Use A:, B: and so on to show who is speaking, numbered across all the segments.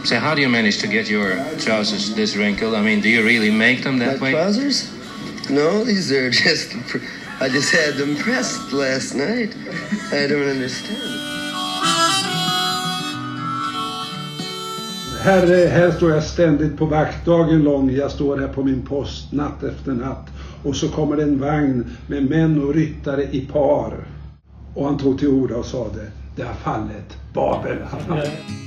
A: So how do you manage to get your trousers this wrinkled? I mean, do you really make them that way?
B: My trousers? No, these are just... I just had them pressed last night. I don't understand.
C: Här står jag ständigt på vakt dagen lång. Jag står här på min post natt efter natt. Och så kommer det en vagn med män och ryttare i par. Och han tog till orda och sa det har fallit. Babel har fallit.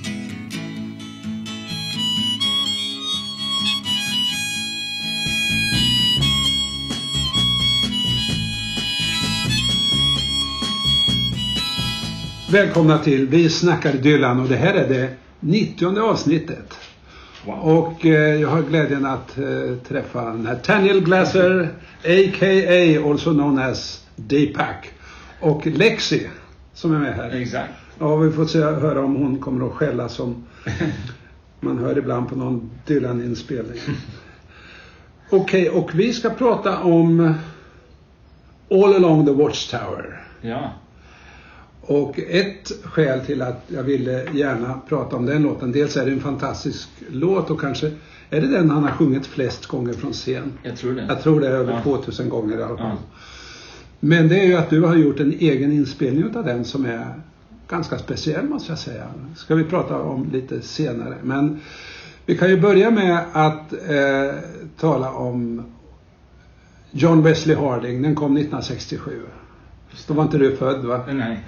C: Välkomna till Vi snackar Dylan, och det här är det 90:e avsnittet. Wow. Och jag har glädjen att träffa Nathaniel Glasser, a.k.a. also known as Deepak, och Lexi som är med här.
D: Exakt.
C: Ja, vi får höra om hon kommer att skälla som man hör ibland på någon Dylan-inspelning. Okej, och vi ska prata om All Along the Watchtower.
D: Ja.
C: Och ett skäl till att jag ville gärna prata om den låten, dels är det en fantastisk låt, och kanske är det den han har sjungit flest gånger från scen.
D: Jag tror det.
C: Jag tror det är över 2000 gånger i alla fall. Men det är ju att du har gjort en egen inspelning av den som är ganska speciell, måste jag säga. Ska vi prata om lite senare. Men vi kan ju börja med att tala om John Wesley Harding. Den kom 1967. Då var inte du född, va?
D: Nej.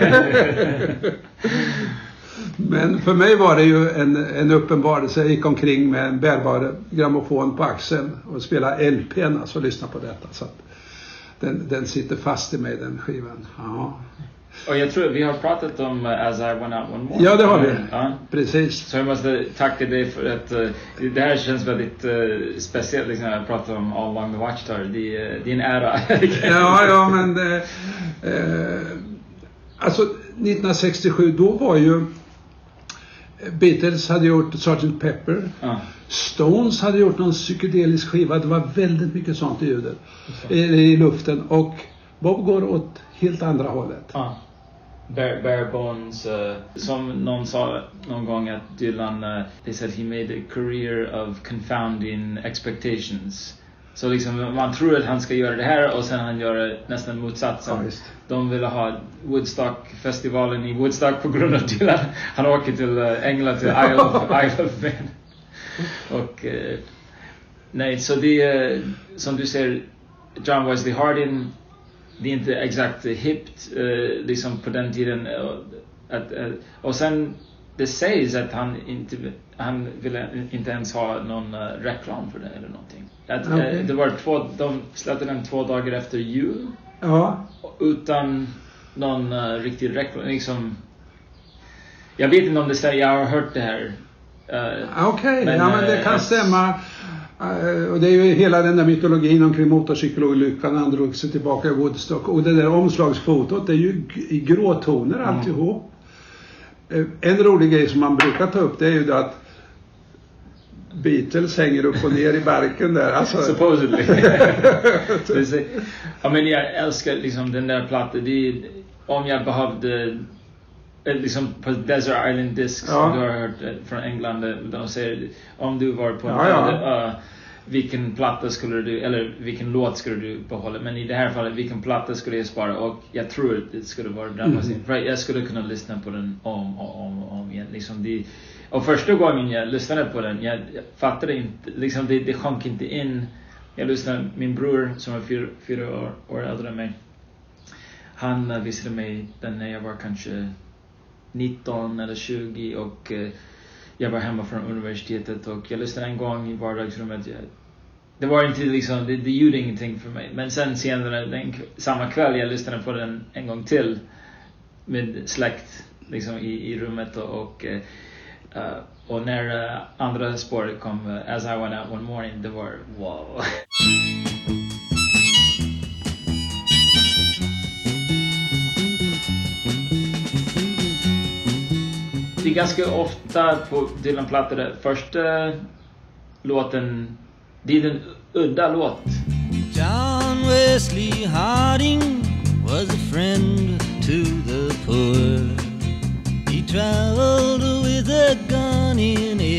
C: Men för mig var det ju en uppenbarelse. Jag gick omkring med en bärbar grammofon på axeln och spelade LP:n, alltså lyssna på detta. Så att den sitter fast i mig, den skivan. Ja.
D: Och jag tror vi har pratat om As I Went Out One More.
C: Ja, det har vi.
D: Ja.
C: Precis.
D: Så jag måste tacka dig för att det här känns väldigt speciellt liksom, när jag pratar om All Along the Watchtower. Det är en ära.
C: Ja, men alltså 1967, då var ju Beatles hade gjort Sgt. Pepper. Stones hade gjort någon psykedelisk skiva. Det var väldigt mycket sånt i ljudet i luften, och Bob går åt helt andra hållet.
D: Bare Bones, som någon sa någon gång att Dylan, they said he made a career of confounding expectations. Så liksom man tror att han ska göra det här och sen han gör nästan motsatsen.
C: Ja,
D: de ville ha Woodstock-festivalen i Woodstock på grund av Dylan. Han åker till England, till Isle of Man. Och nej, så det är som du säger, John Wesley Harding, det är inte exakt hippt liksom på den tiden och sen det sägs att han ville inte ens ha någon reklam för det eller någonting. Det var de släppte den 2 dagar efter jul.
C: Ja.
D: Utan någon riktig reklam liksom. Jag vet inte om det stämmer, jag har hört det här.
C: Okej, men det kan stämma. Och det är ju hela den där mytologin omkring motorcykelolyckan. Han drog sig tillbaka i Woodstock. Och det där omslagsfotot, det är ju i gråtoner alltihop. En rolig grej som man brukar ta upp, det är ju då att Beatles hänger upp och ner i barken där. Alltså.
D: Supposedly. Ja, men jag älskar liksom den där plattan. Om jag behövde liksom på Desert Island Discs som du har hört från England, de säger om du var på vilken platta skulle du, eller vilken låt skulle du behålla, men i det här fallet vilken platta skulle jag spara, och jag tror att det skulle vara dramatiskt. Jag skulle kunna lyssna på den om igen liksom och första gången jag lyssnade på den jag fattade inte liksom det sjönk inte in. Jag lyssnade, min bror som är 4 år äldre än mig, han visade mig den när jag var kanske 19 eller 20 och jag var hemma från universitetet och jag lyssnade en gång i vardagsrummet. Det var inte liksom, det gjorde ingenting för mig. Men sen senare, samma kväll jag lyssnade på den en gång till med släkt liksom i rummet och när andra spåret kom, As I Went Out One Morning, det var wow. Det är ganska ofta på Dylan-plattor första låten, det är den udda låt.
E: John Wesley Harding was a friend to the poor. He traveled with a gun in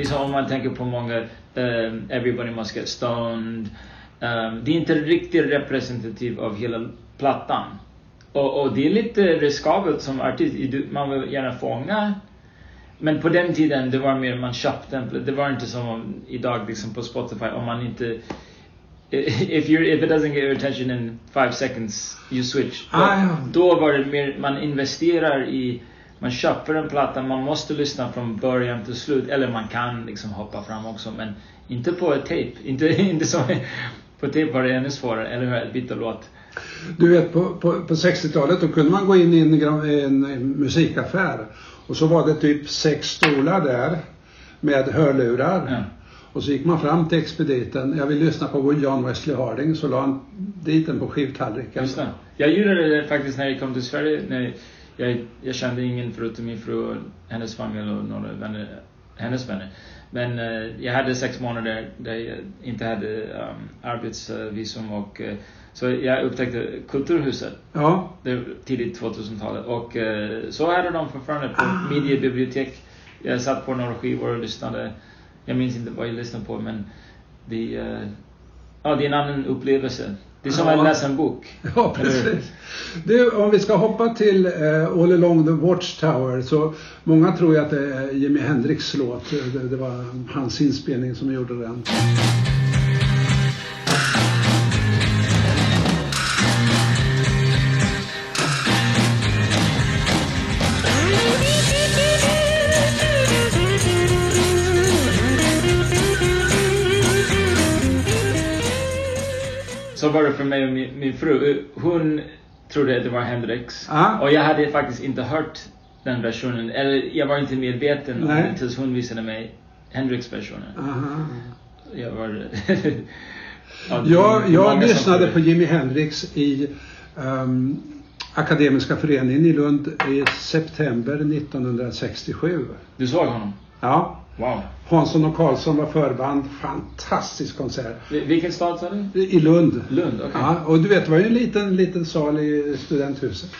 D: liksom om man tänker på många Everybody Must Get Stoned, det är inte riktigt representativt av hela plattan. Och det är lite riskabelt som artist, man vill gärna fånga. Men på den tiden det var mer man köpte, det var inte som idag liksom på Spotify, om man inte if it doesn't get your attention in 5 seconds you switch. Då var det mer man investerar i, man köper en platta, man måste lyssna från början till slut, eller man kan liksom hoppa fram också, men inte på ett tape, inte som på tape var det ännu svårare, eller hur, byta låt.
C: Du vet, på 60-talet då kunde man gå in i en musikaffär och så var det typ 6 stolar där med hörlurar.
D: Ja.
C: Och så gick man fram till expediten. Jag vill lyssna på John Wesley Harding, så la han dit den på skivtallriken.
D: Just det. Jag gjorde det faktiskt när jag kom till Sverige. När jag kände ingen förutom min fru och hennes familj och några vänner, hennes vänner. Men jag hade 6 månader där jag inte hade arbetsvisum och så jag upptäckte Kulturhuset.
C: Ja.
D: Det tidigt 2000-talet och så hade de fortfarande på mediebibliotek. Jag satt på några skivor och lyssnade. Jag minns inte vad jag lyssnade på, men det är en annan upplevelse. Det är som att läsa en bok.
C: Ja, precis. Om vi ska hoppa till All Along the Watchtower, så många tror ju att det är Jimi Hendrix låt. Det var hans inspelning som gjorde den.
D: Så var det för mig och min fru. Hon trodde att det var Hendrix. Och jag hade faktiskt inte hört den versionen. Eller jag var inte medveten om det tills hon visade mig Hendrix-versionen. Jag var...
C: jag lyssnade på Jimi Hendrix i Akademiska föreningen i Lund i september 1967.
D: Du såg honom?
C: Ja.
D: Wow.
C: Hansson och Karlsson var förband. Fantastisk konsert.
D: Vilken stad sa du?
C: I Lund.
D: Lund, okej.
C: Ja, och du vet, det var ju en liten sal i studenthuset.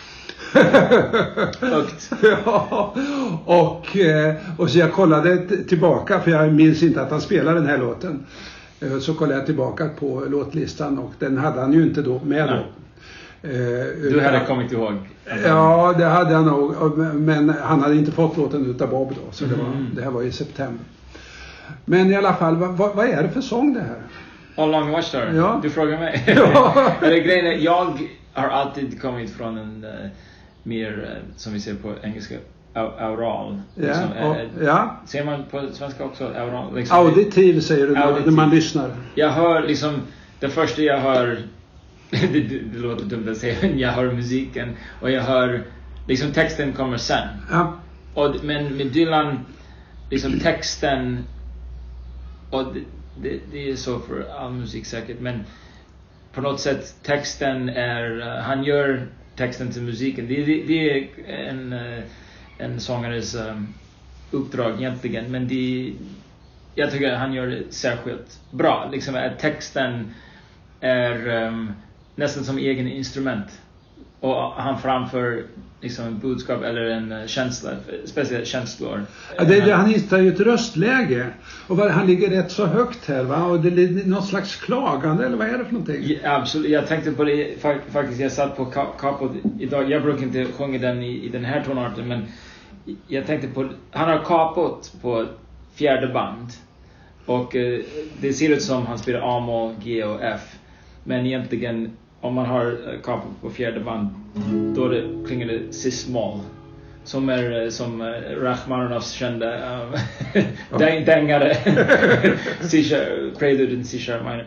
D: Högt.
C: Ja, och så jag kollade tillbaka, för jag minns inte att han spelade den här låten. Så kollade jag tillbaka på låtlistan och den hade han ju inte då med då.
D: Du hade kommit ihåg?
C: Ja, det hade han nog. Men han hade inte fått låten utav Bob då. Så det här var i september. Men i alla fall, vad är det för sång det här?
D: All Along the Watchtower?
C: Ja.
D: Du frågar mig? Ja. Grejen, jag har alltid kommit från en mer, som vi ser på engelska, aural. Liksom, ser man på svenska också aural? Liksom,
C: auditiv säger du när man lyssnar. Jag
D: hör liksom, det första jag hör, det låter dumt att säga, men jag hör musiken och jag hör liksom texten kommer sen.
C: Ja.
D: Men med Dylan, liksom texten, och det är så för all musik säkert, men på något sätt texten är, han gör texten till musiken. Det är en sångares uppdrag egentligen, men jag tycker att han gör det särskilt bra. Liksom att texten är nästan som egen instrument. Och han framför liksom en budskap eller en känsla, speciellt känslor.
C: Ja, han hittar ju ett röstläge. Och han ligger rätt så högt här, va? Och det är någon slags klagande, eller vad är det för någonting?
D: Ja, absolut. Jag tänkte på det faktiskt. Jag satt på kapot idag. Jag brukar inte sjunga den i den här tonarten, men jag tänkte på, han har kapot på 4:e band. Och det ser ut som han spelar A-moll, G och F. Men egentligen, om man har kapot på 4:e band, då klingar det cis-moll. Som är som Rachmaninoffs kända dängare. Prelude in C-sharp minor.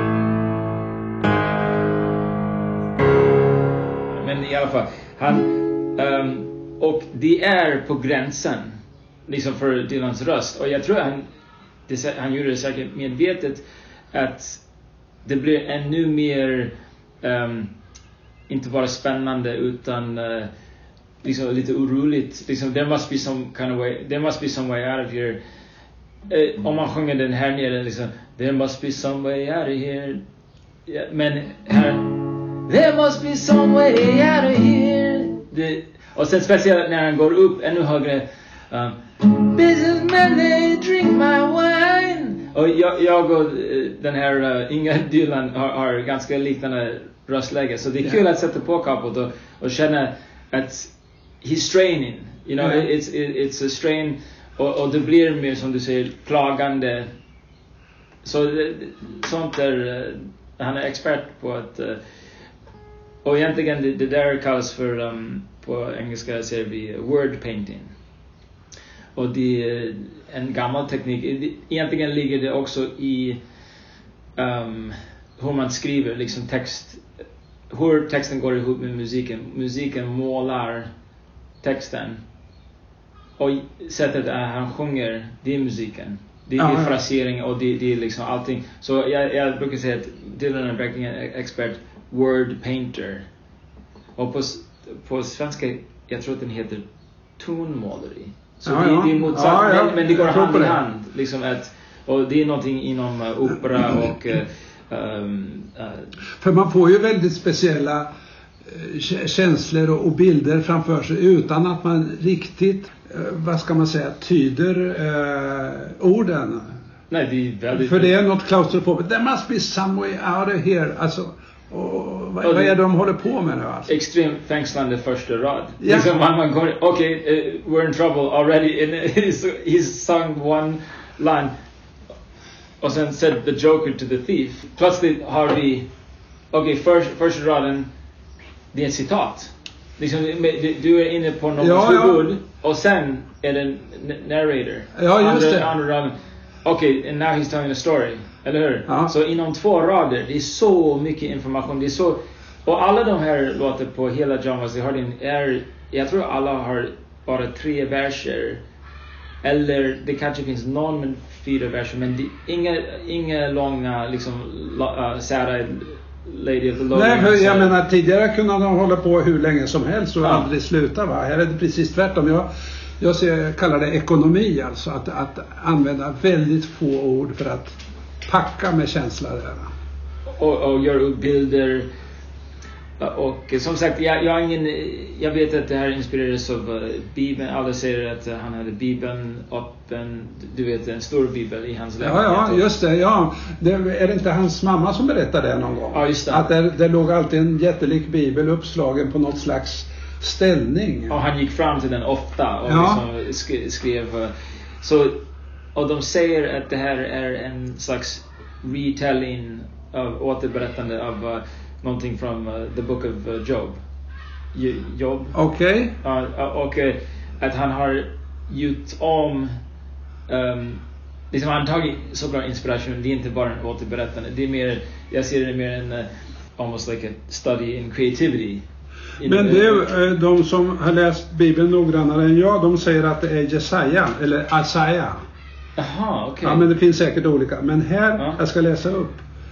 D: Men i alla fall, han och det är på gränsen liksom för Dylans röst. Och jag tror han gjorde det säkert medvetet, att det blir ännu mer inte bara spännande utan liksom lite oroligt. Liksom, there must be some kind of way, there must be some way out of here. Om man sjunger den här nere liksom, there must be some way out of here. Men här, there must be some way out of here. Och sen speciellt när han går upp ännu högre, business many drink my wine. Och jag och den här Inga Dylan har ganska liknande röstläge. Så det är kul att sätta på kapot och känna att he's straining. You know, it's a strain. Och det blir mer, som du säger, klagande. Så sånt han är expert på att... och egentligen det där kallas för, på engelska säger vi word painting. Och det är en gammal teknik. Egentligen ligger det också i hur man skriver liksom text. Hur texten går ihop med musiken. Musiken målar texten. Och sättet han sjunger, det är musiken. Det är frasering och det är liksom allting. Så jag brukar säga att Dylan är verkligen en expert word painter. Och på svenska, jag tror att den heter tonmåleri. Så det är motsatt, men det går hand i hand. Liksom och det är någonting inom opera och...
C: För man får ju väldigt speciella känslor och bilder framför sig utan att man riktigt, vad ska man säga, tyder orden.
D: Nej, det är väldigt...
C: För det är något klaustrofobiskt. There must be some way out of here. Alltså, vad är det de håller på med nu? Alltså?
D: Extremt fängslande första rad. Yeah. Liksom man går, we're in trouble already. He's sung one line. Och sen said the Joker to the thief. Plötsligt har vi, första raden, det är ett citat. Liksom, du är inne på något huvud och sen är det en narrator.
C: Ja, just det.
D: Andra raden. And now he's telling a story. Eller hur? Ja. Så inom 2 rader, det är så mycket information. Det är så, och alla de här låter på hela genres, jag tror alla har bara 3 verser. Eller det kanske finns någon med 4 verser, men det inga långa liksom Sad Lady of the Low.
C: Nej, för jag menar tidigare kunde de hålla på hur länge som helst och aldrig sluta, va? Här är det precis tvärtom. Jag kallar det ekonomi, alltså att använda väldigt få ord för att packa med känsla där.
D: Och göra upp bilder. Och som sagt, jag vet att det här inspirerades av Bibeln. Alla säger att han hade Bibeln öppen, du vet, en stor bibel i hans lägenhet.
C: Ja, just det. Ja. Är det inte hans mamma som berättade det någon gång?
D: Ja, just det.
C: Att det låg alltid en jättelik bibel uppslagen på något slags ställning.
D: Och han gick fram till den ofta och liksom skrev. Så, och de säger att det här är en slags retelling av återberättande av någonting från the book of Job. Job.
C: Okej.
D: Och att han har gjort om liksom han tagit så bra inspiration. Det är inte bara en återberättande. Det är mer, jag ser det mer en almost like a study in creativity.
C: Men de som har läst Bibeln noggrannare än jag, de säger att det är Jesaja eller Asaja.
D: Aha, okej.
C: Ja, men det finns säkert olika. Men här, jag ska läsa upp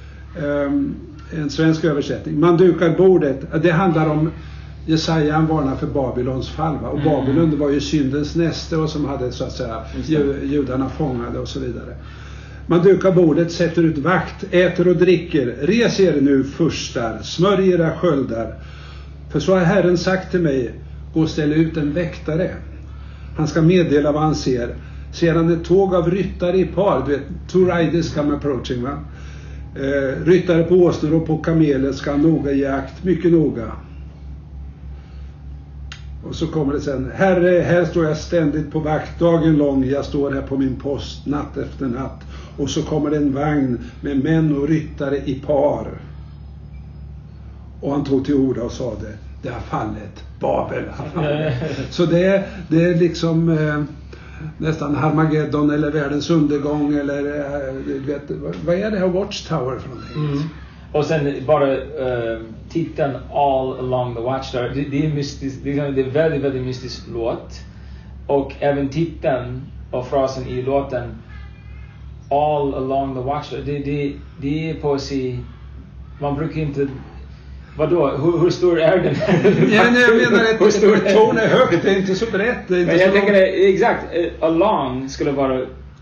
C: en svensk översättning. Man dukar bordet. Det handlar om Jesaja, han varnar för Babylons fall. Va? Och Babylon, det var ju syndens näste och som hade så att säga judarna fångade och så vidare. Man dukar bordet, sätter ut vakt, äter och dricker. Res er nu furstar, smörj era sköldar. För så har Herren sagt till mig, gå och ställa ut en väktare. Han ska meddela vad han ser. Ser han ett tåg av ryttare i par, du vet, 2 riders come approaching, va? Ryttare på åsnor och på kameler ska noga ge akt, mycket noga. Och så kommer det sen, Herre, här står jag ständigt på vakt dagen lång, jag står här på min post natt efter natt. Och så kommer det en vagn med män och ryttare i par. Och han tog till orda och sa det har fallit, Babel har fallit. Så det är liksom nästan Harmageddon eller världens undergång eller vet, vad är det här Watchtower för någonting?
D: Och sen bara titeln All Along the Watchtower, det är mystiskt, det är väldigt, väldigt mystisk låt. Och även titeln och frasen i låten All Along the Watchtower, det är poesi. Man brukar inte... Vadå? Hur stor är den?
C: Jag menar att ton är högt, det är inte så brett. Det är inte
D: men jag
C: så...
D: tänker det, exakt, along skulle vara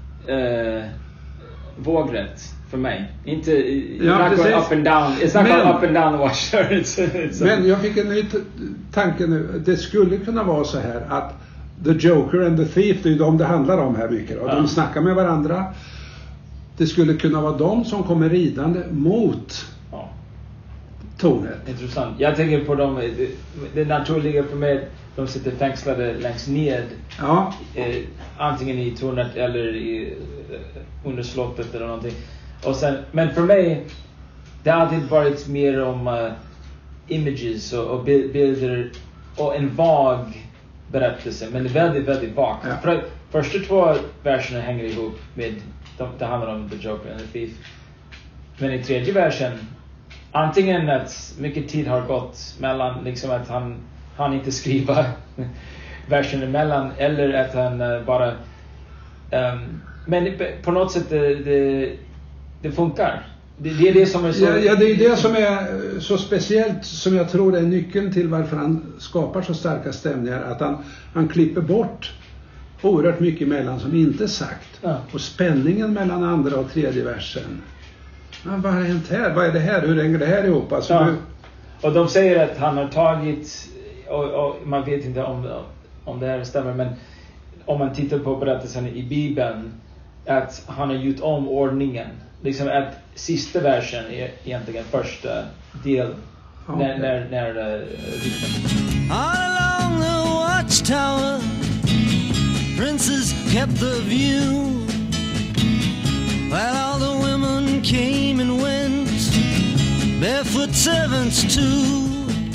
D: vågrätt för mig. Inte not going up and down. It's not going up and down the washer.
C: Men jag fick en ny tanke nu. Det skulle kunna vara så här att The Joker and the Thief, det är ju de det handlar om här mycket. Och de snackar med varandra. Det skulle kunna vara de som kommer ridande mot tornet.
D: Intressant. Jag tänker på dem, det naturliga för mig, de sitter fängslade längst ned.
C: Ja.
D: Antingen i tornet eller under slottet eller någonting. Och sen, men för mig, det har alltid varit mer om images och bilder och en vag berättelse, men väldigt, väldigt vagt.
C: Ja.
D: För första 2 verserna hänger ihop med, det handlar om The Joker and the Thief. Men i tredje versen, antingen att mycket tid har gått mellan, liksom att han inte skriva versen emellan, eller att han bara men på något sätt det funkar. Det är det som är så...
C: Ja, det är det som är så speciellt, som jag tror är nyckeln till varför han skapar så starka stämningar, att han klipper bort oerhört mycket mellan som inte är sagt.
D: Ja. Och
C: spänningen mellan andra och tredje versen. Men vad har hänt här? Vad är det här? Hur hänger det här ihop? Alltså,
D: och de säger att han har tagit, och man vet inte om det här stämmer, men om man tittar på berättelsen i Bibeln, att han har gjort om ordningen. Liksom att sista versen är egentligen första delen.
C: Okay.
D: När
E: All along the watchtower, princes kept the view, while all the women came and went, barefoot servants too.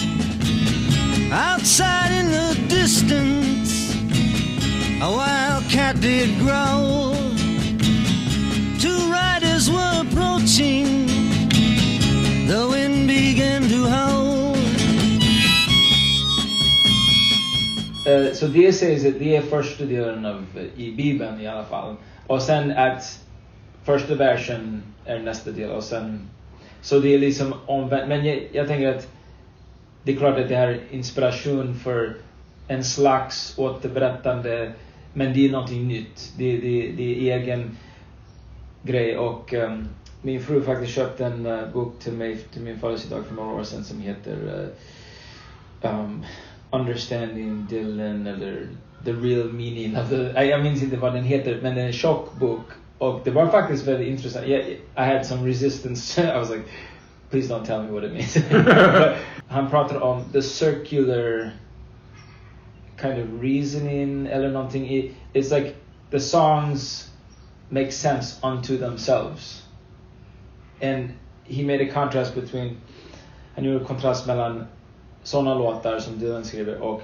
E: Outside in the distance, a wild cat did growl. 2 riders were approaching, the wind began to howl.
D: Så det sägs att det är första delen av i Bibeln i alla fall. Och sen att första versen är nästa del, och sen så det är liksom omvänt. Men jag tänker att det är klart att det här är inspiration för en slags återberättande, men det är någonting nytt. Det är egen grej. Och min fru faktiskt köpte en bok till mig till min födelsedag för några år sedan som heter Understanding Dylan, eller The Real Meaning of the... Jag minns inte vad den heter, men det är en tjock bok. Och det var faktiskt väldigt intressant. I had some resistance. I was like, please don't tell me what it means. Han pratar om the circular kind of reasoning eller någonting. It's like the songs make sense unto themselves. And he made a contrast between... Han gjorde kontrast mellan sådana låtar som Dylan skriver och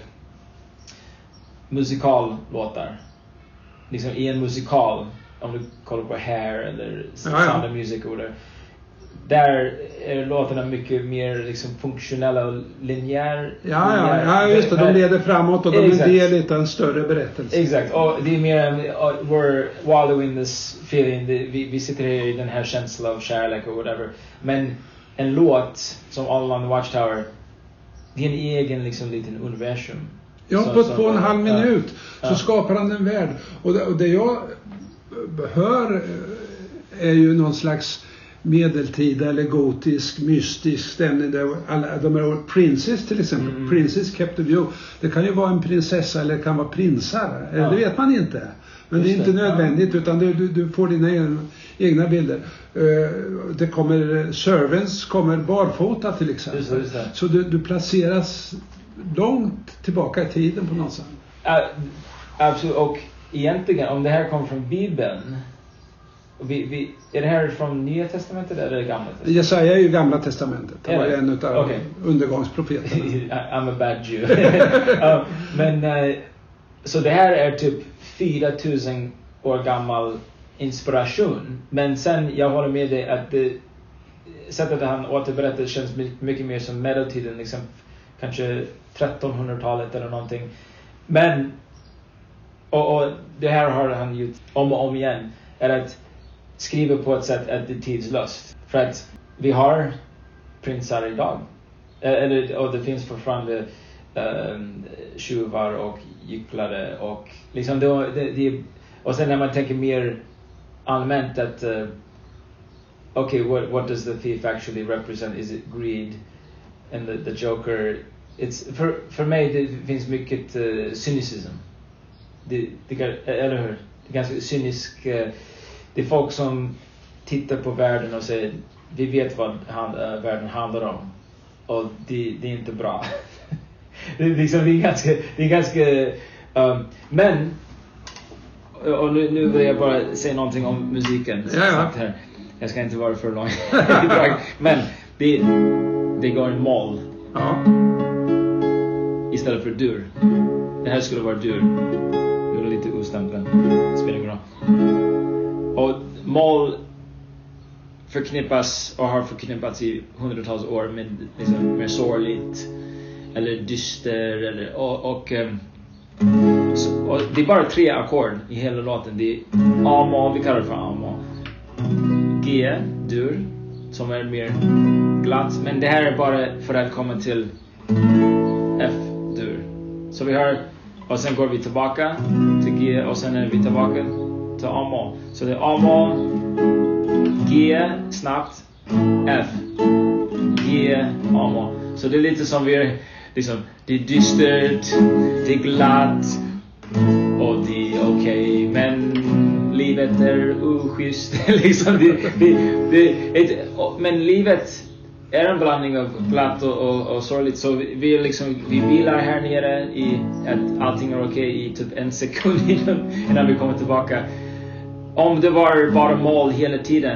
D: musikallåtar. Liksom i en musikal, om du kollar på Hair eller Sound of Music eller där är låtarna mycket mer liksom funktionella och linjär.
C: Ja, just det. De leder framåt och de är en del av en större berättelse.
D: Exakt, och det är mer we're wallow in this feeling. Vi sitter här i den här känslan av kärlek och whatever. Men en låt som All Along the Watchtower, det är en egen liksom liten universum.
C: Ja, på 2,5 minut så skapar han en värld. Och det jag hör är ju någon slags medeltida eller gotisk, mystisk stämning. Där de är Princess till exempel. Princess kept the view. Det kan ju vara en prinsessa eller det kan vara prinsar. Det vet man inte. Men det är inte nödvändigt, utan du får dina egna bilder. Det kommer servants, kommer barfota till exempel.
D: Just det.
C: Så du placeras långt tillbaka i tiden på något sätt.
D: Absolut, och egentligen om det här kommer från Bibeln, är det här från Nya Testamentet eller det Gamla Testamentet?
C: Jesaja är ju Gamla Testamentet. Han var en av undergångsprofeterna.
D: I'm a bad Jew. Men så det här är typ 4000 år gammal inspiration. Men sen, jag håller med dig att det sättet att han återberättar känns mycket mer som medeltiden, liksom kanske 1300-talet eller någonting. Men och det här har han gjort om och om igen, är att skriva på ett sätt att det är tidslöst. För att vi har prinsar idag. Och det finns fortfarande tjuvar och gycklare och liksom det och sen när man tänker mer allmänt att what does the thief actually represent? Is it greed? And the Joker, it's för mig det finns mycket cynicism eller hur? Det är ganska cynisk. Det är folk som tittar på världen och säger vi vet vad världen handlar om och det är inte bra. Det är ganska men och nu vill jag bara säga någonting om musiken.
C: Ja.
D: Här. Jag ska inte vara för lång. Men det går en moll.
C: Ja.
D: Istället för dur. Det här skulle vara dur. Det är lite ostämt, men det spelar ingen roll. Och moll förknippas och har förknippats i hundratals år med sorgligt eller dyster eller och det är bara 3 ackord i hela låten. Det är A-moll, vi kallar det för A-moll. G, dur, som är mer glatt. Men det här är bara för att komma till F-dur. Så vi har, och sen går vi tillbaka till G och sen är vi tillbaka till A-moll. Så det är A-moll, G, snabbt, F, G, A-moll. Så det är lite som vi är, liksom, det är dystert, det är glatt och det är okej, men livet är oschysst. Liksom men livet är en blandning av glatt och sorgligt. Så vi vilar här nere i att allting är okej i typ en sekund innan vi kommer tillbaka. Om det var bara mål hela tiden,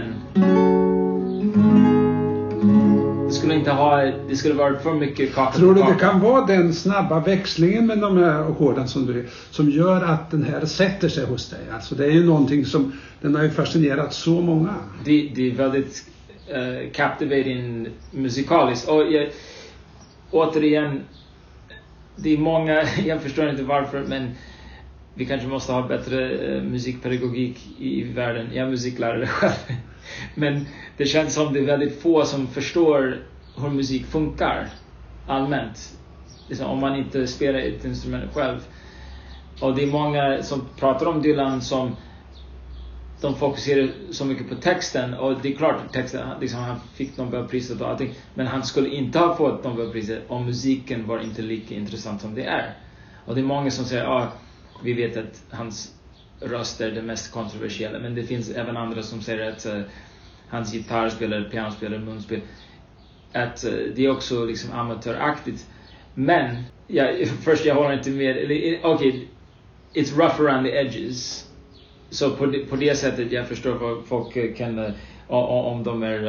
D: det skulle vara för mycket kaka.
C: Tror du det kan vara den snabba växlingen med de här ackorden som gör att den här sätter sig hos dig? Alltså det är ju någonting som den har ju fascinerat så många.
D: Det är väldigt captivating musikaliskt. Och återigen, det är många, jag förstår inte varför, men vi kanske måste ha bättre musikpedagogik i världen. Jag är musiklärare själv. Men det känns som det är väldigt få som förstår hur musik funkar allmänt. Liksom, om man inte spelar ett instrument själv. Och det är många som pratar om Dylan som de fokuserar så mycket på texten. Och det är klart texten, liksom, han fick Nobelpriset och allting. Men han skulle inte ha fått Nobelpriset om musiken var inte lika intressant som det är. Och det är många som säger vi vet att hans röst är det mest kontroversiella, men det finns även andra som säger att hans gitarrspel eller pianospel eller munspel, att det är också liksom amatöraktigt. Men jag håller inte med. Okej, it's rough around the edges. Så på det sättet jag förstår vad folk kan om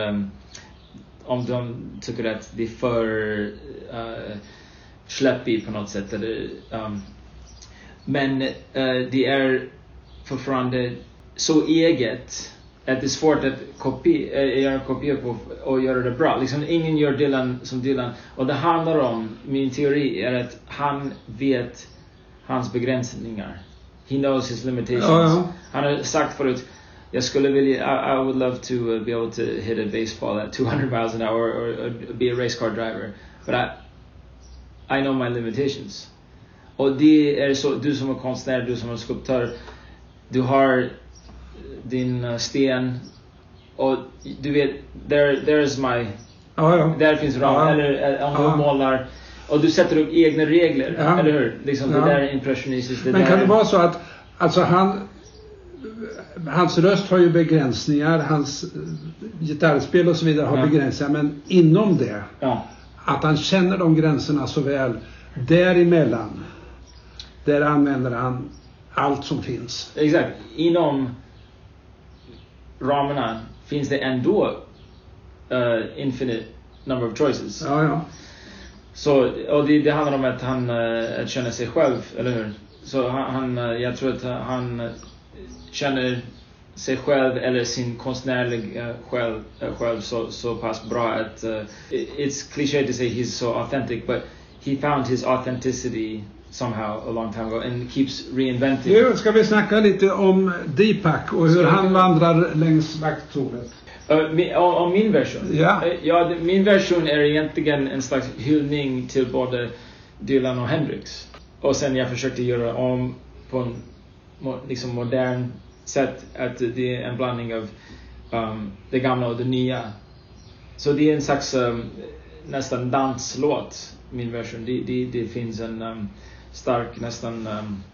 D: de tycker att det är för släppigt på något sätt eller men det är fortfarande så eget att det är svårt att göra en kopia på och göra det bra. Liksom, ingen gör Dylan som Dylan. Och det handlar om, min teori är att han vet hans begränsningar. He knows his limitations. Han har sagt förut, jag skulle vilja, I would love to be able to hit a baseball at 200 miles an hour or be a race car driver. But I know my limitations. Och det är så, du som är konstnär, du som är skulptör, du har din sten och du vet, there's my där finns ram, eller om du målar och du sätter upp egna regler, eller hur? Liksom det där är impressionistiskt.
C: Men kan det vara så att alltså hans röst har ju begränsningar, hans gitarrspel och så vidare har begränsningar, men inom det att han känner de gränserna så väl, däremellan där använder han allt som finns.
D: Exakt. Inom ramarna finns det ändå infinite number of choices. Så, och det handlar om att han känner sig själv, eller hur? Så jag tror att han känner sig själv eller sin konstnärliga själv så pass bra att it's cliché to say he's so authentic, but he found his authenticity somehow a long time ago and keeps reinventing.
C: Nu ska vi snacka lite om Deepak och hur han vandrar längs vakttornet.
D: Om min version? Ja, min version är egentligen en slags hyllning till både Dylan och Hendrix. Och sen jag försökte göra om på en liksom modern sätt, att det är en blandning av det gamla och det nya. Så det är en slags nästan danslåt, min version. Det finns en stark nästan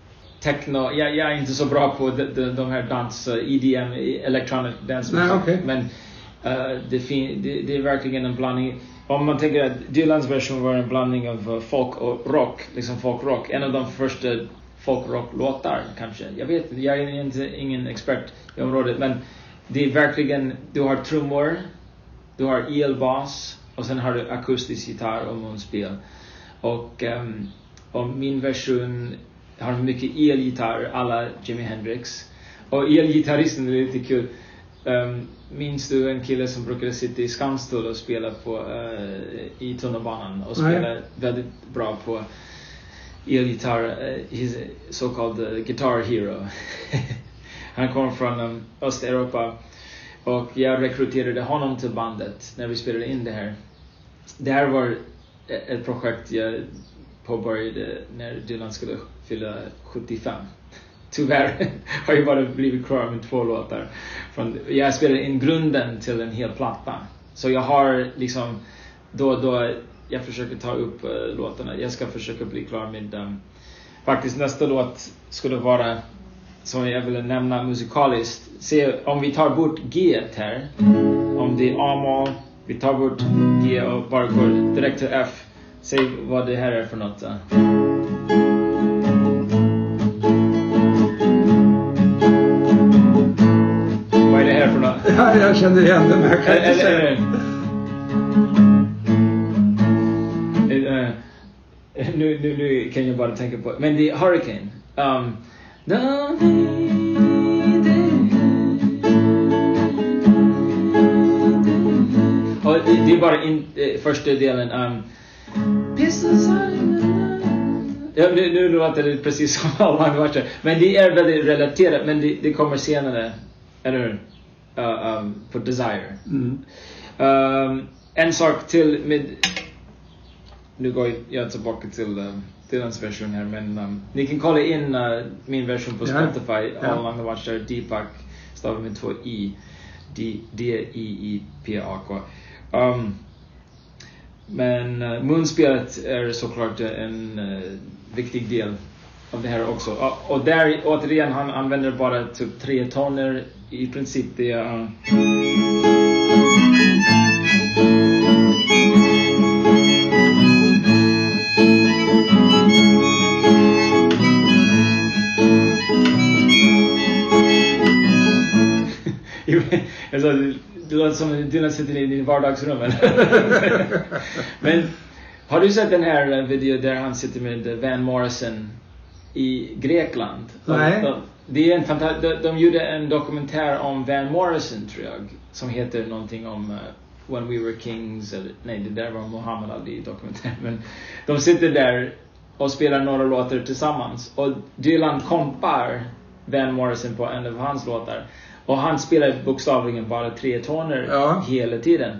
D: techno. Jag är inte så bra på de här dans, EDM, electronic dance music.
C: Okay.
D: Men det är verkligen en blandning. Om man tänker att Dylans version var en blandning av folk och rock, liksom folkrock. En av de första folkrock-låtar kanske. Jag vet inte, jag är ingen expert i området, men det är verkligen, du har trummor, du har elbas och sen har du akustisk gitarr och munspel. Och min version har mycket elgitarr, alla Jimi Hendrix. Och elgitarristen är lite kul. Minns du en kille som brukade sitta i Skanstull och spela i tunnelbanan och spela väldigt bra på elgitarr, he's so-called guitar hero. Han kom från Östeuropa och jag rekryterade honom till bandet när vi spelade in det här. Det här var ett projekt jag påbörjade när Dylan skulle fylla 75. Tyvärr har jag bara blivit kvar med 2 låtar. Jag spelade in grunden till en hel platta. Så jag har liksom då jag försöker ta upp låtarna. Jag ska försöka bli klar med faktiskt nästa låt skulle vara, som jag vill nämna musikaliskt. Se om vi tar bort G här. Om det är A-moll, vi tar bort G och bara går direkt till F. Säg vad det här är för något. Vad är det här för något?
C: Ja, jag känner igen det, men jag kan inte säga.
D: Nu kan jag bara tänka på, men det är Hurricane. Och det är bara första delen. Nu låter det precis som alla andra matcher. Men det är väldigt relaterat, men det kommer senare. Eller hur? På Desire. En sak till med... Nu går jag tillbaka till Dylans version här, men ni kan kolla in min version på Spotify. All Along the Watchtower, Deepak, stavar med 2 i, D-I-I-P-A-K. Men munspelet är såklart en viktig del av det här också. Och där återigen, han använder bara typ 3 toner. I princip det är... Det låter som Dylan sitter i din vardagsrum. Men har du sett den här video där han sitter med Van Morrison i Grekland?
C: Nej.
D: Det är de gjorde en dokumentär om Van Morrison, tror jag, som heter någonting om When We Were Kings, eller nej, det där var Muhammad Ali dokumentär. Men de sitter där och spelar några låtar tillsammans, och Dylan kompar Van Morrison på en av hans låtar. Och han spelar bokstavligen bara 3 toner hela tiden.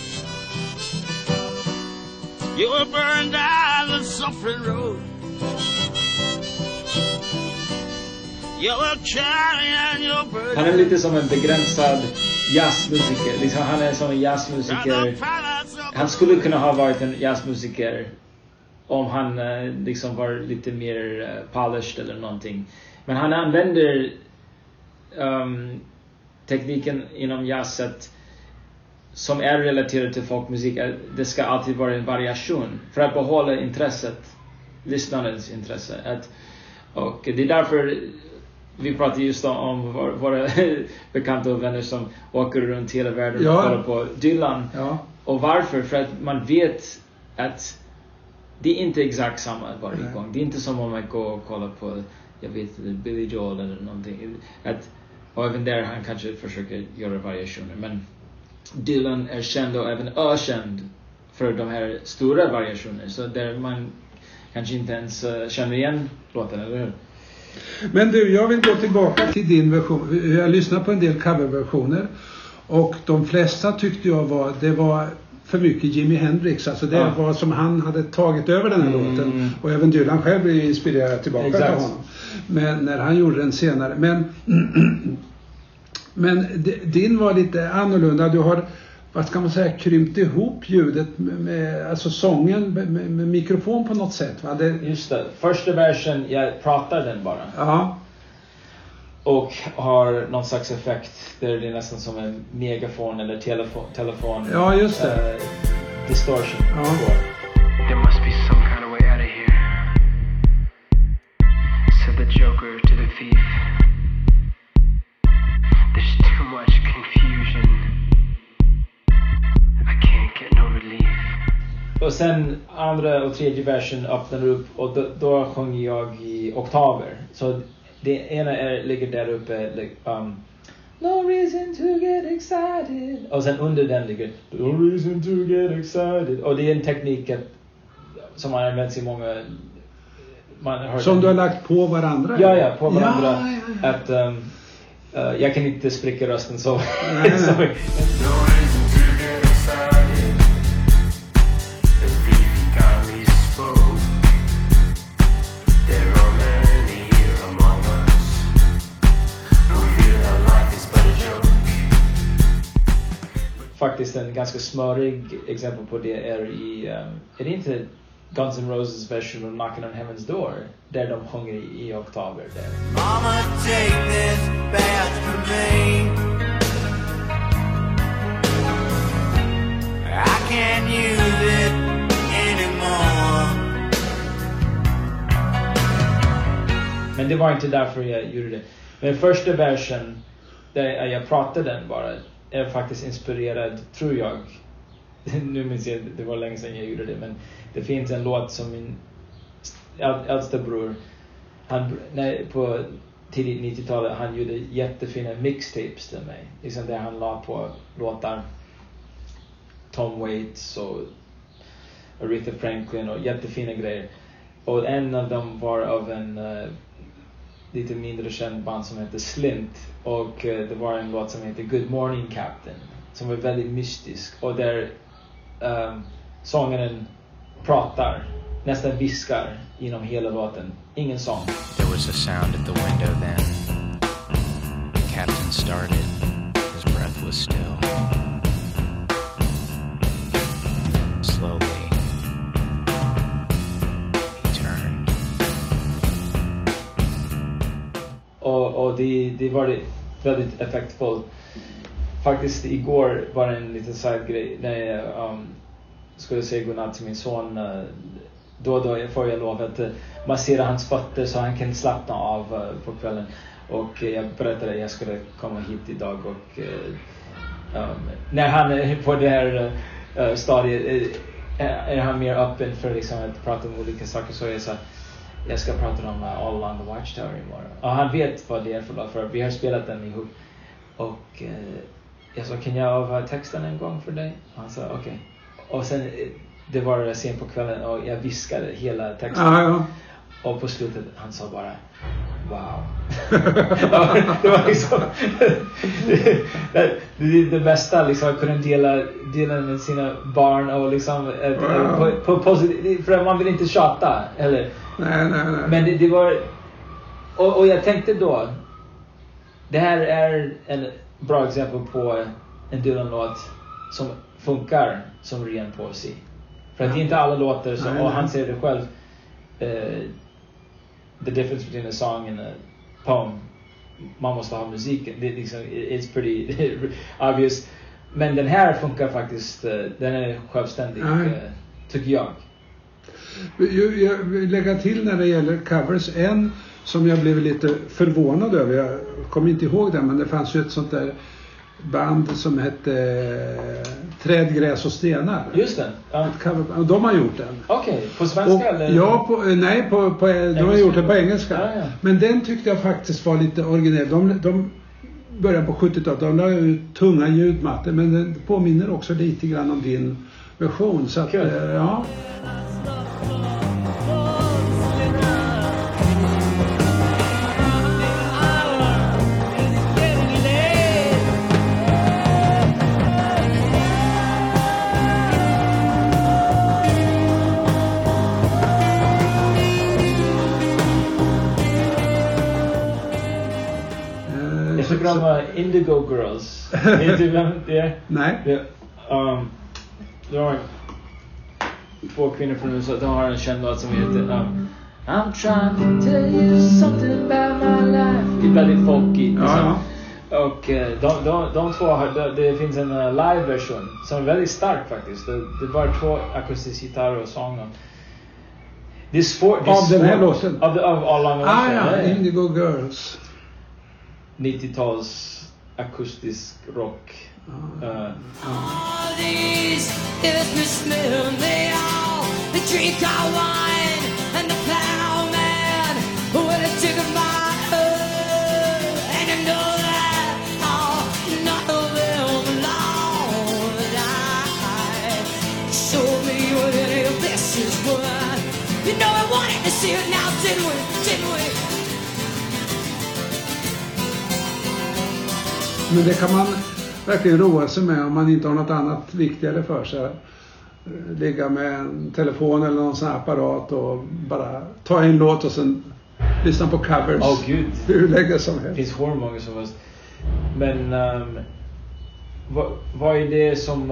E: You were burned down the suffering road. You were carrying your burden.
D: Han är lite som en begränsad jazzmusiker. Liksom, han är som en jazzmusiker. Han skulle kunna ha varit en jazzmusiker om han liksom var lite mer polished eller någonting. Men han använder tekniken inom jazzet som är relaterad till folkmusik. Det ska alltid vara en variation för att behålla intresset, lyssnarens intresse. Och det är därför vi pratar just om våra bekanta och vänner som åker runt hela världen och kollar på Dylan. Och varför? För att man vet att det är inte exakt samma varje gång. Det är inte som om man går och kollar på, jag vet inte, Billy Joel eller någonting. Och även där han kanske försöker göra variationer. Men Dylan är känd och även ökänd för de här stora variationer. Så där man kanske inte ens känner igen låten, eller hur?
C: Men du, jag vill gå tillbaka till din version. Jag lyssnar på en del coverversioner. Och de flesta tyckte jag det var för mycket Jimi Hendrix. Alltså det var som han hade tagit över den här låten. Och även Dylan själv blev inspirerad tillbaka till honom. Men när han gjorde den senare. Men din var lite annorlunda. vad ska man säga, krympt ihop ljudet med alltså sången med mikrofon på något sätt, va?
D: Just det. Första versen, jag pratar den bara.
C: Ja.
D: Och har någon slags effekt där det är nästan som en megafon eller telefon.
C: Ja, just det.
D: Distortion.
C: Ja.
F: There must be some kind of way out of here, said the Joker to the thief. There's too much confusion. I can't get no relief.
D: Och sen andra och tredje versen öppnar upp och då sjunger jag i oktaver. Så det ena ligger där uppe no reason to get excited. Och sen under den ligger no reason to get excited. Och det är en teknik som har använts i många...
C: Som du har lagt på varandra?
D: Ja, på varandra.
C: Ja.
D: Att jag kan inte spricka rösten så.
C: Nej.
D: Faktiskt en ganska smörig exempel på det är det inte Guns N' Roses version av Knocking on Heaven's Door där de sjunger i oktaver där.
E: Mama, take this bath from me. I can't use it anymore.
D: Men det var inte därför jag gjorde det. Men första versen där jag pratade den bara är faktiskt inspirerad, tror jag. Nu minns jag, det var länge sedan jag gjorde det, men det finns en låt som min äldsta bror, på tidigt 90-talet, han gjorde jättefina mixtapes till mig. Liksom där han la på låtar Tom Waits och Aretha Franklin och jättefina grejer. Och en av dem var av en lite mindre känd band som heter Slint. Och det var en låt som heter Good Morning Captain, som var väldigt mystisk. Och där sångaren pratar, nästan viskar genom hela låten. Ingen sång.
G: There was a sound at the window then. The captain started. His breath was still. Slowly, he turned.
D: Och det var väldigt effektfullt. Faktiskt igår var det en liten side-grej när jag skulle säga godnatt till min son. Då får jag lov att massera hans fötter så han kan slappna av på kvällen. Och jag berättade att jag skulle komma hit idag. Och när han är på det här stadiet är han mer öppen för liksom att prata om olika saker. Så jag sa, jag ska prata om All Along the Watchtower imorgon. Och han vet vad det är för vi har spelat den ihop. Och jag sa, kan jag avha texten en gång för dig? Och han sa, okej. Och sen, det var sen på kvällen och jag viskade hela texten.
C: Ja.
D: Och på slutet, han sa bara, wow. Det var liksom det bästa, liksom, att kunna dela med sina barn och liksom på positivt, för man vill inte tjata eller.
C: Nej.
D: Men det var och jag tänkte då, det här är en bra exempel på en Dylan-låt som funkar som ren poesi. För att det är inte alla låtar som, och han säger det själv, the difference between a song and a poem, man måste ha musiken. Det liksom, it's pretty obvious. Men den här funkar faktiskt, den är självständig, tycker jag.
C: Jag vill lägga till när det gäller covers en som jag blev lite förvånad över. Jag kommer inte ihåg den, men det fanns ju ett sånt där band som hette Träd, gräs och stenar.
D: Just det. Ja.
C: De har gjort den.
D: Okej, på svenska eller?
C: Ja, de har gjort den på engelska.
D: Ja.
C: Men den tyckte jag faktiskt var lite originell. De började på 70-talet. De la ut tunga ljudmattor, men den påminner också lite grann om din version. Så att, ja.
D: Indigo Girls. Vet du vem det är?
C: Nej.
D: Det var två kvinnor från USA. De har en känd låt som heter I'm trying to tell you something about my life. Det är väldigt folkigt liksom.
C: Ja.
D: Och de två har, det finns en live-version som är väldigt stark faktiskt. Det är bara 2 akustiska gitarrer och sång. Det är svårt.
C: Av den här låten?
D: Av alla låtar.
C: Ja, Indigo Girls.
D: 90-tals akustisk rock.
H: All these businessmen, they drink our wine, and the plowman will take my herd, and you know that none of them Lord, I show me what any of this is worth. You know I wanted to see it now, didn't we?
C: Men det kan man verkligen roa sig med om man inte har något annat viktigare för sig. Ligga med en telefon eller någon sån här apparat och bara ta en låt och sen lyssna på covers.
D: Gud.
C: Hur länge som helst.
D: Det finns hur många som helst. Men vad är det som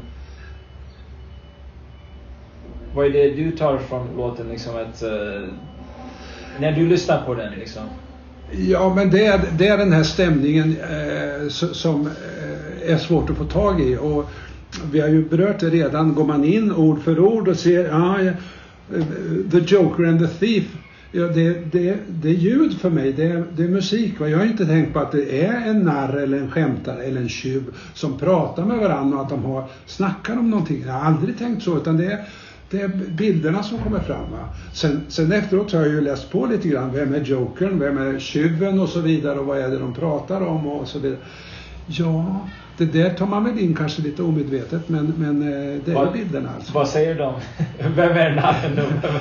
D: vad är det du tar från låten liksom att när du lyssnar på den liksom?
C: Ja, men det är den här stämningen som är svårt att få tag i, och vi har ju berört det redan. Går man in ord för ord och ser The Joker and the Thief, ja, det är ljud för mig, det är musik. Jag har inte tänkt på att det är en narr eller en skämtare eller en tjuv som pratar med varandra och att de snackar om någonting. Jag har aldrig tänkt så, utan det är bilderna som kommer fram. Va? Sen efteråt har jag ju läst på lite grann. Vem är Jokern, vem är tjuven och så vidare, och vad är det de pratar om och så vidare. Ja, det där tar man väl in kanske lite omedvetet, men det är bilderna alltså.
D: Vad säger de? Vem är narren?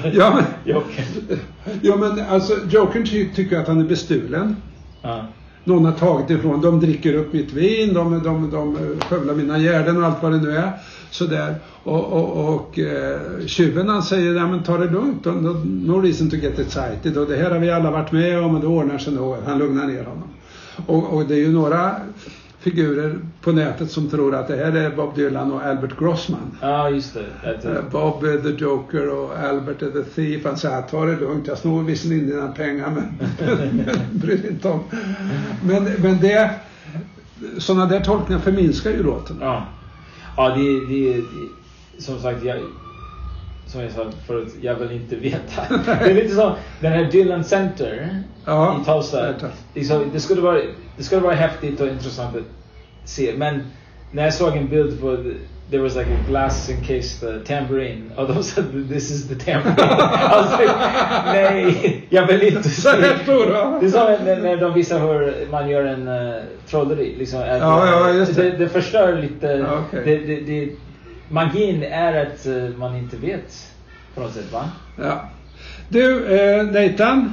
C: Ja, men alltså Jokern tycker att han är bestulen.
D: Ja.
C: Någon har tagit ifrån, de dricker upp mitt vin, de skövlar mina gärden och allt vad det nu är. Så där. Och tjuven han säger, ja men ta det lugnt, no reason to get excited, och det här har vi alla varit med om och det ordnar sig nog. Han lugnar ner honom. Och det är ju några figurer på nätet som tror att det här är Bob Dylan och Albert Grossman.
D: Ja, just det.
C: Bob är the Joker och Albert är the Thief. Han säger, ta det lugnt, jag snor visserligen dina pengar, men bryr inte om. Men det, sådana där tolkningar förminskar ju låten.
D: Ja, det som sagt, som jag sa förut, jag vill inte veta. Det är lite som den här Dylan Center i Tulsa. Det skulle vara häftigt och intressant att se, men när jag såg en bild på there was like a glass encased tambourine, och de sa this is the tambourine. Alltså, nej, jag vill inte se. Det är som när de visar hur man gör en trolleri liksom, just det förstör lite. Det magin är att man inte vet på något sätt, va?
C: Ja. Du, Nathan,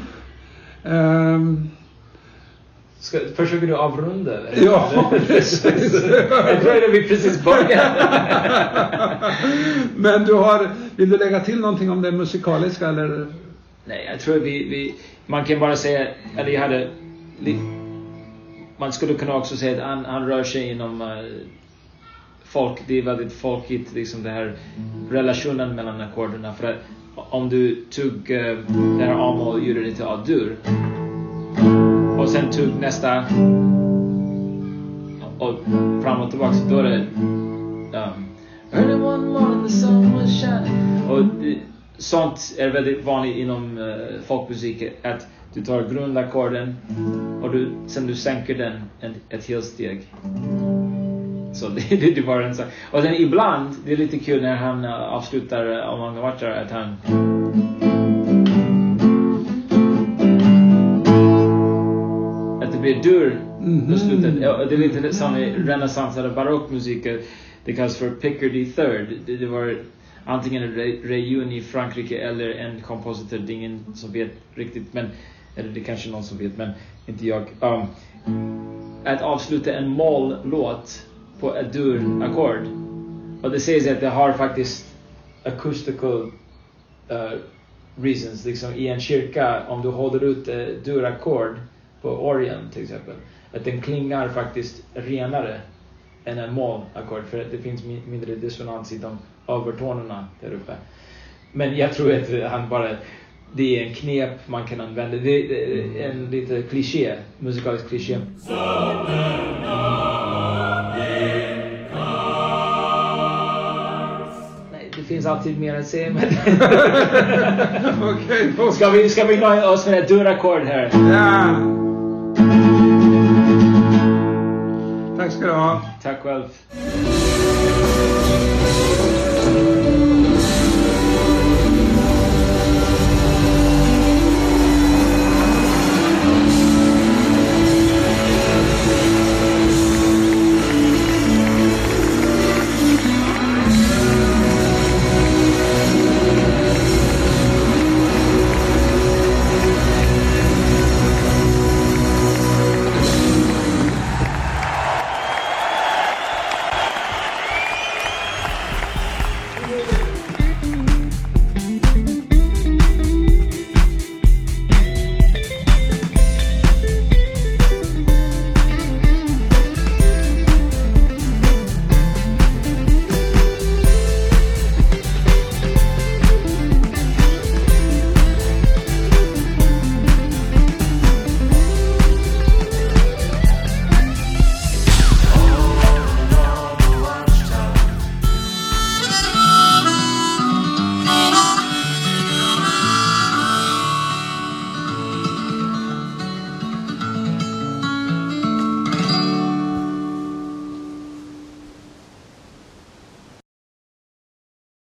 D: försöker du avrunda?
C: Ja, precis.
D: Jag tror att vi precis började.
C: Men vill du lägga till någonting om det musikaliska eller?
D: Nej, jag tror man kan bara säga, eller man skulle kunna också säga att han rör sig inom det är väldigt folkigt liksom, det här relationen mellan ackorderna, för att om du tog det här A-moll och gjorde det till A-dur och sen tog nästa och fram och tillbaka, då är det early one morning the sun was shining. Och sånt är väldigt vanligt inom folkmusik, att du tar grundackorden och sen du sänker den ett helt steg. Så det är bara en sak. Och sen ibland, det är lite kul när han avslutar Among the Watcher, att han att det blir dur på slutet. Det är lite som i renässans eller barockmusik. Det kallas för Picardy Third. Det var antingen en reunion i Frankrike eller en kompositor, det är ingen som vet riktigt, men eller det är kanske någon som vet, men inte jag. Att avsluta en moll-låt på ett dur-ackord. Och det sägs att det har faktiskt acoustical reasons. Liksom i en kyrka, om du håller ut dur-ackord på orgeln till exempel, att den klingar faktiskt renare än en moll-ackord, för det finns mindre dissonans i de övertonerna där uppe. Men jag tror att han bara, det är en knep man kan använda. Det är en lite kliché, musikalisk kliché. Nej, det finns alltid mer att säga med det.
C: Okej.
D: Ska vi nöja oss med ett dur-ackord här?
C: Ja. Tack ska du ha.
D: Tack själv.